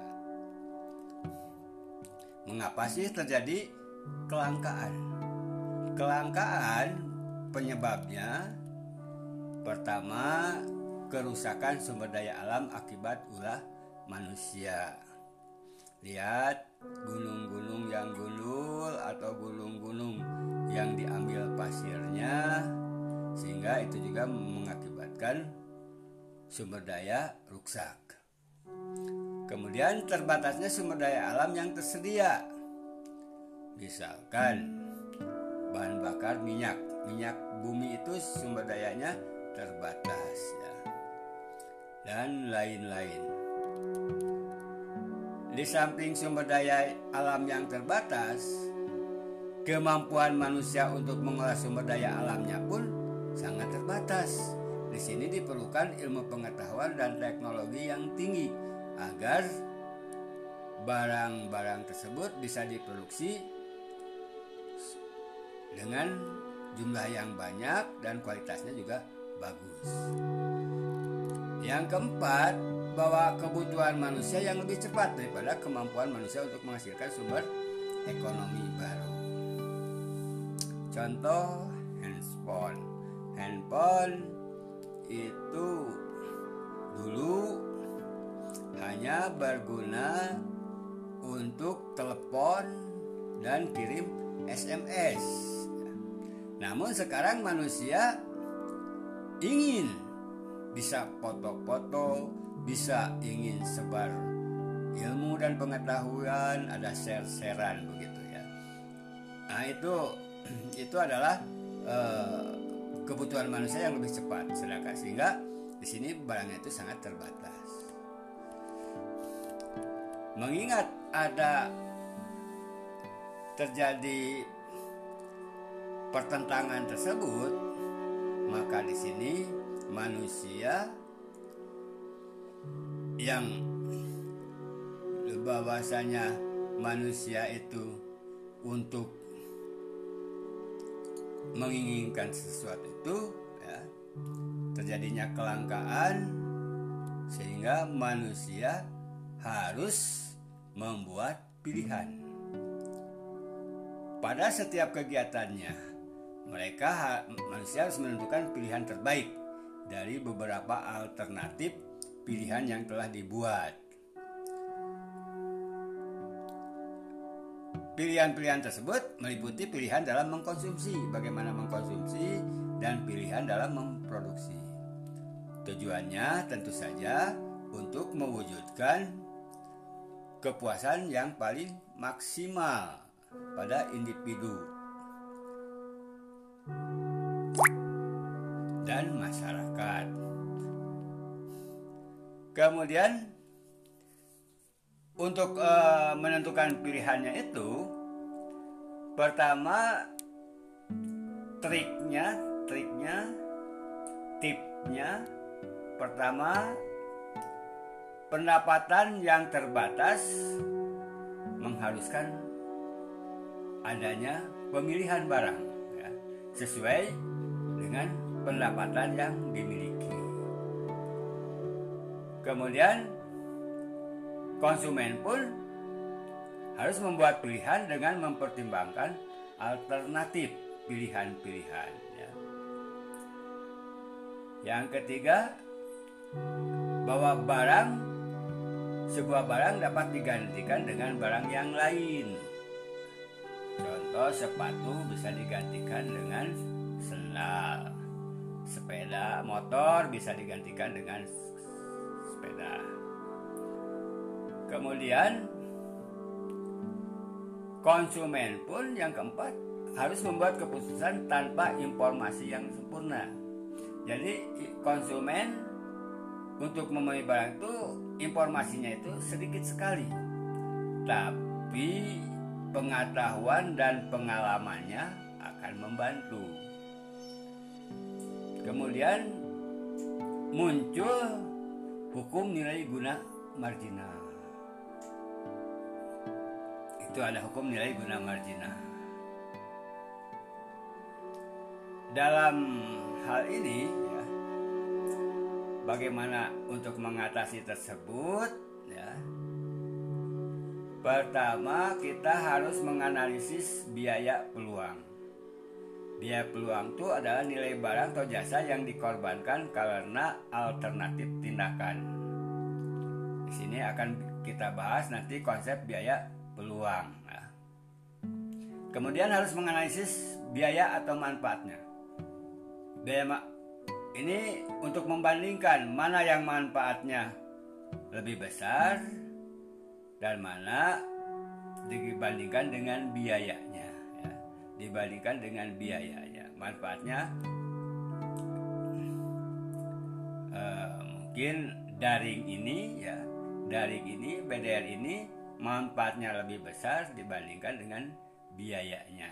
Mengapa sih terjadi kelangkaan? Kelangkaan penyebabnya pertama, kerusakan sumber daya alam akibat ulah manusia. Lihat gunung-gunung yang gundul atau gunung-gunung yang diambil pasirnya, sehingga itu juga mengakibatkan sumber daya rusak. Kemudian terbatasnya sumber daya alam yang tersedia. Misalkan bahan bakar minyak bumi itu sumber dayanya terbatas ya. Dan lain-lain. Di samping sumber daya alam yang terbatas, kemampuan manusia untuk mengolah sumber daya alamnya pun sangat terbatas. Di sini diperlukan ilmu pengetahuan dan teknologi yang tinggi agar barang-barang tersebut bisa diproduksi dengan jumlah yang banyak dan kualitasnya juga bagus. Yang keempat, bahwa kebutuhan manusia yang lebih cepat daripada kemampuan manusia untuk menghasilkan sumber ekonomi baru. Contoh handphone. Handphone itu dulu hanya berguna untuk telepon dan kirim SMS. Namun sekarang manusia ingin bisa foto-foto, bisa ingin sebar ilmu dan pengetahuan, ada share-sharean begitu ya. Nah itu adalah kebutuhan manusia yang lebih cepat, sedangkan sehingga di sini barangnya itu sangat terbatas. Mengingat ada terjadi pertentangan tersebut, maka di sini manusia yang bahwasanya manusia itu untuk menginginkan sesuatu itu ya, terjadinya kelangkaan, sehingga manusia harus membuat pilihan. Pada setiap kegiatannya, manusia harus menentukan pilihan terbaik dari beberapa alternatif pilihan yang telah dibuat. Pilihan-pilihan tersebut meliputi pilihan dalam mengkonsumsi, bagaimana mengkonsumsi, dan pilihan dalam memproduksi. Tujuannya tentu saja untuk mewujudkan kepuasan yang paling maksimal pada individu dan masyarakat. Kemudian untuk menentukan pilihannya itu, pertama tipnya pertama, pendapatan yang terbatas mengharuskan adanya pemilihan barang ya, sesuai dengan pendapatan yang dimiliki. Kemudian konsumen pun harus membuat pilihan dengan mempertimbangkan alternatif pilihan-pilihan ya. Yang ketiga, bahwa sebuah barang dapat digantikan dengan barang yang lain. Contoh, sepatu bisa digantikan dengan sendal. sepeda motor bisa digantikan dengan sepeda. Kemudian konsumen pun yang keempat harus membuat keputusan tanpa informasi yang sempurna. Jadi konsumen untuk membeli barang itu informasinya itu sedikit sekali, tapi pengetahuan dan pengalamannya akan membantu. Kemudian muncul hukum nilai guna marginal. Itu ada hukum nilai guna marginal. Dalam hal ini ya, bagaimana untuk mengatasi tersebut ya? Pertama, kita harus menganalisis biaya peluang. Biaya peluang itu adalah nilai barang atau jasa yang dikorbankan karena alternatif tindakan. Di sini akan kita bahas nanti konsep biaya peluang. Nah. Kemudian harus menganalisis biaya atau manfaatnya. Biaya ini untuk membandingkan mana yang manfaatnya lebih besar dan mana dibandingkan dengan biayanya ya. Dibandingkan dengan biayanya manfaatnya mungkin daring ini BDR ini manfaatnya lebih besar dibandingkan dengan biayanya.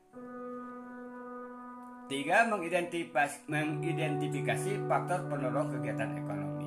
3. Mengidentifikasi faktor pendorong kegiatan ekonomi.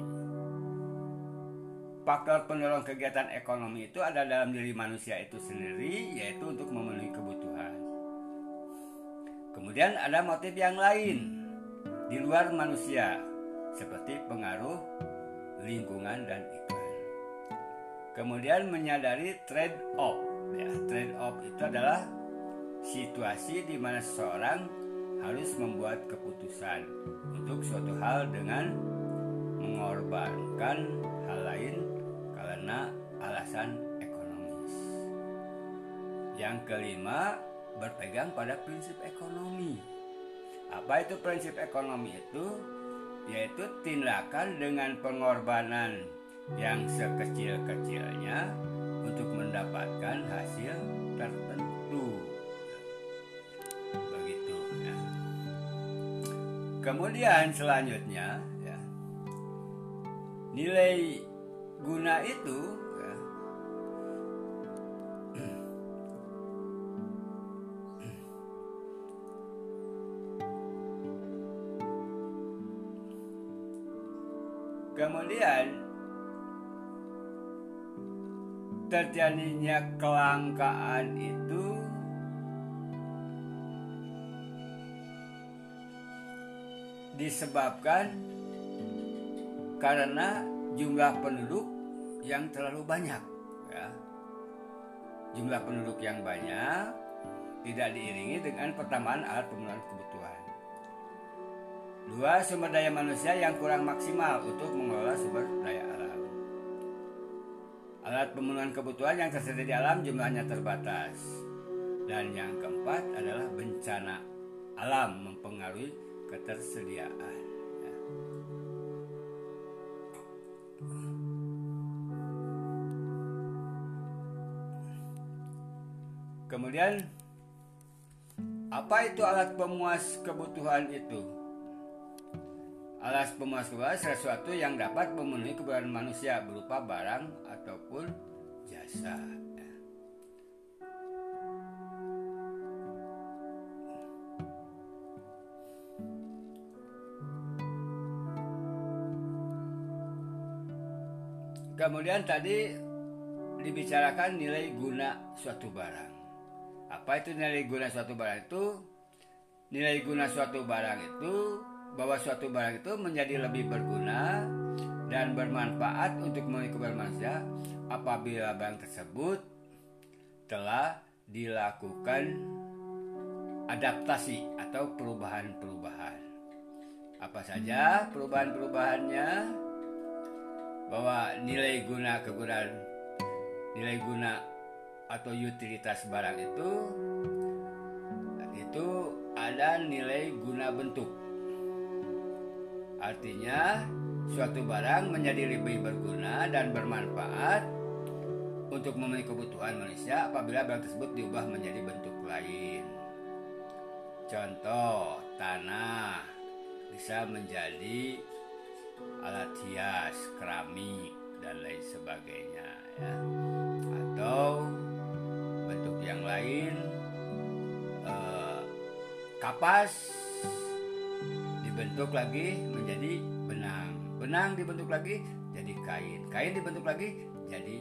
Faktor pendorong kegiatan ekonomi itu ada dalam diri manusia itu sendiri, yaitu untuk memenuhi kebutuhan. Kemudian ada motif yang lain di luar manusia, seperti pengaruh lingkungan dan iklan. Kemudian menyadari trade off. Ya, trade off itu adalah situasi di mana seseorang harus membuat keputusan untuk suatu hal dengan mengorbankan hal lain karena alasan ekonomis. Yang kelima, berpegang pada prinsip ekonomi. Apa itu prinsip ekonomi itu? Yaitu tindakan dengan pengorbanan yang sekecil-kecilnya untuk mendapatkan hasil tertentu. Begitu ya. Kemudian selanjutnya ya, nilai guna itu ya, kemudian terjadinya kelangkaan itu disebabkan karena jumlah penduduk yang terlalu banyak ya. Jumlah penduduk yang banyak tidak diiringi dengan pertambahan alat pemenuhan kebutuhan. 2. Sumber daya manusia yang kurang maksimal untuk mengelola sumber daya alam. Alat pemenuhan kebutuhan yang tersedia di alam jumlahnya terbatas. Dan yang keempat adalah bencana alam mempengaruhi ketersediaan ya. Kemudian apa itu alat pemuas kebutuhan itu? Alat pemuas kebutuhan sesuatu yang dapat memenuhi kebutuhan manusia berupa barang ataupun jasa. Kemudian tadi dibicarakan nilai guna suatu barang. Apa itu nilai guna suatu barang itu? Nilai guna suatu barang itu bahwa suatu barang itu menjadi lebih berguna dan bermanfaat untuk memenuhi kebutuhan manusia apabila barang tersebut telah dilakukan adaptasi atau perubahan-perubahan. Apa saja perubahan-perubahannya? Bahwa nilai guna atau utilitas barang itu ada nilai guna bentuk Artinya suatu barang menjadi lebih berguna dan bermanfaat untuk memenuhi kebutuhan manusia apabila barang tersebut diubah menjadi bentuk lain. Contoh, tanah bisa menjadi alat hias, keramik, dan lain sebagainya, ya. Atau bentuk yang lain, kapas dibentuk lagi menjadi benang, benang dibentuk lagi jadi kain, kain dibentuk lagi jadi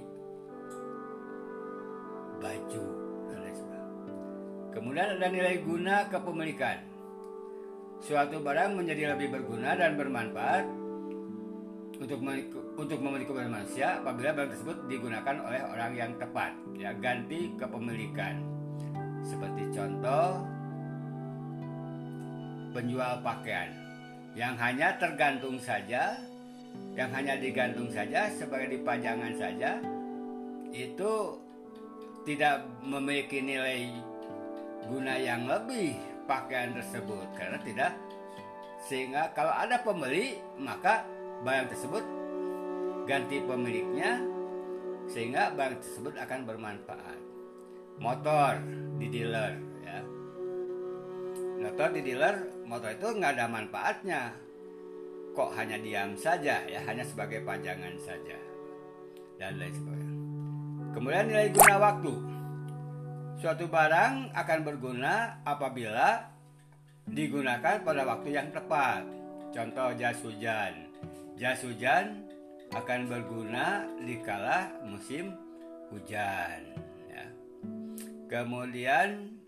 baju, dan lain sebagainya. Kemudian ada nilai guna kepemilikan. Suatu barang menjadi lebih berguna dan bermanfaat untuk memiliki kebutuhan manusia apabila barang tersebut digunakan oleh orang yang tepat, ya, ganti kepemilikan. Seperti contoh penjual pakaian yang hanya tergantung saja, yang hanya digantung saja sebagai dipajangan saja, itu tidak memiliki nilai guna yang lebih pakaian tersebut karena tidak, sehingga kalau ada pembeli maka barang tersebut ganti pemiliknya sehingga barang tersebut akan bermanfaat. Motor di dealer, ya, motor di dealer, motor itu nggak ada manfaatnya, kok hanya diam saja, ya, hanya sebagai pajangan saja, dan lain sebagainya. Kemudian nilai guna waktu. Suatu barang akan berguna apabila digunakan pada waktu yang tepat. Contoh jas hujan. Jas hujan akan berguna dikala musim hujan, ya. Kemudian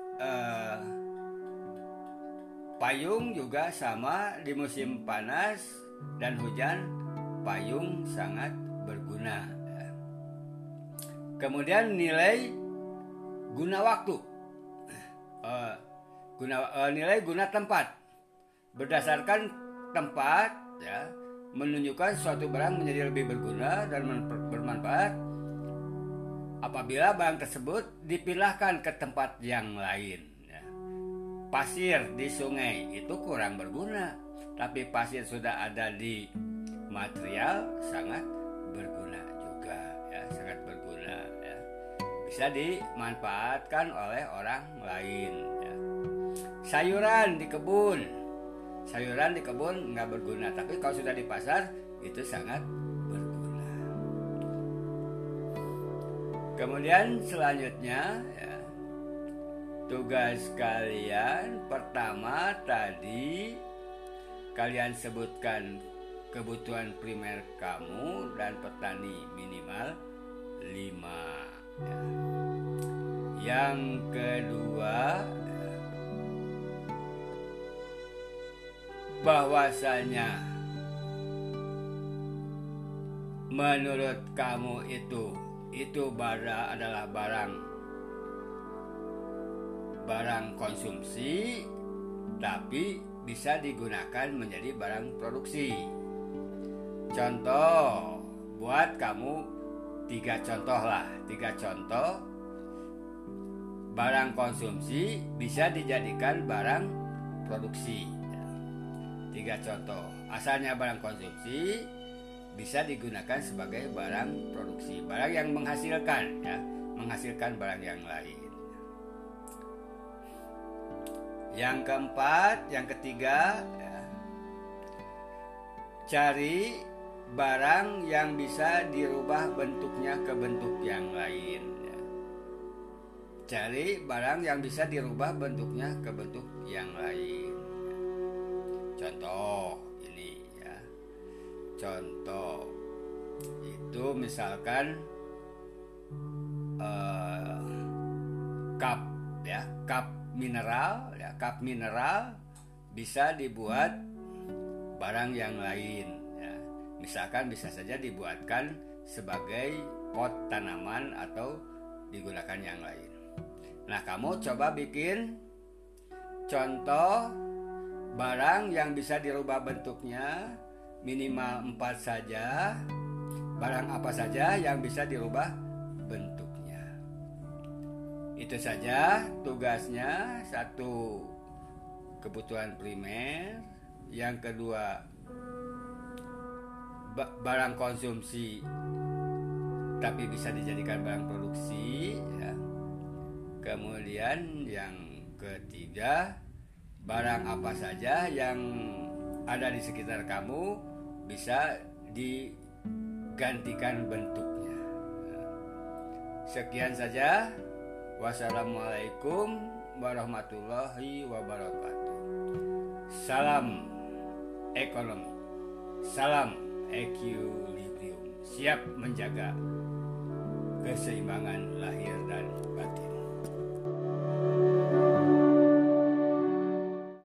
payung juga sama, di musim panas dan hujan payung sangat berguna, ya. Kemudian nilai guna waktu, nilai guna tempat. Berdasarkan tempat, ya, menunjukkan suatu barang menjadi lebih berguna dan bermanfaat apabila barang tersebut dipindahkan ke tempat yang lain, ya. Pasir di sungai itu kurang berguna, tapi pasir sudah ada di material sangat berguna juga, ya, sangat berguna, ya. Bisa dimanfaatkan oleh orang lain, ya. Sayuran di kebun nggak berguna, tapi kalau sudah di pasar itu sangat berguna. Kemudian selanjutnya, ya, tugas kalian pertama tadi kalian sebutkan kebutuhan primer kamu dan petani minimal 5, ya. Yang kedua, bahwasanya menurut kamu itu adalah barang konsumsi, tapi bisa digunakan menjadi barang produksi. Contoh, buat kamu 3 contoh barang konsumsi bisa dijadikan barang produksi. 3 contoh, asalnya barang konsumsi bisa digunakan sebagai barang produksi, barang yang menghasilkan, ya, menghasilkan barang yang lain. Yang keempat, yang ketiga, ya, cari barang yang bisa dirubah bentuknya ke bentuk yang lain, ya. Cari barang yang bisa dirubah bentuknya ke bentuk yang lain. Contoh ini, ya. Contoh itu misalkan cup, ya, cup mineral, ya, cup mineral bisa dibuat barang yang lain, ya. Misalkan bisa saja dibuatkan sebagai pot tanaman atau digunakan yang lain. Nah, kamu coba bikin contoh barang yang bisa dirubah bentuknya minimal 4 saja. Barang apa saja yang bisa dirubah bentuknya. Itu saja tugasnya. 1, kebutuhan primer. Yang kedua, barang konsumsi tapi bisa dijadikan barang produksi ya. Kemudian yang ketiga, barang apa saja yang ada di sekitar kamu bisa digantikan bentuknya. Sekian saja. Wassalamualaikum warahmatullahi wabarakatuh. Salam ekonomi, salam equilibrium, siap menjaga keseimbangan lahir dan batin.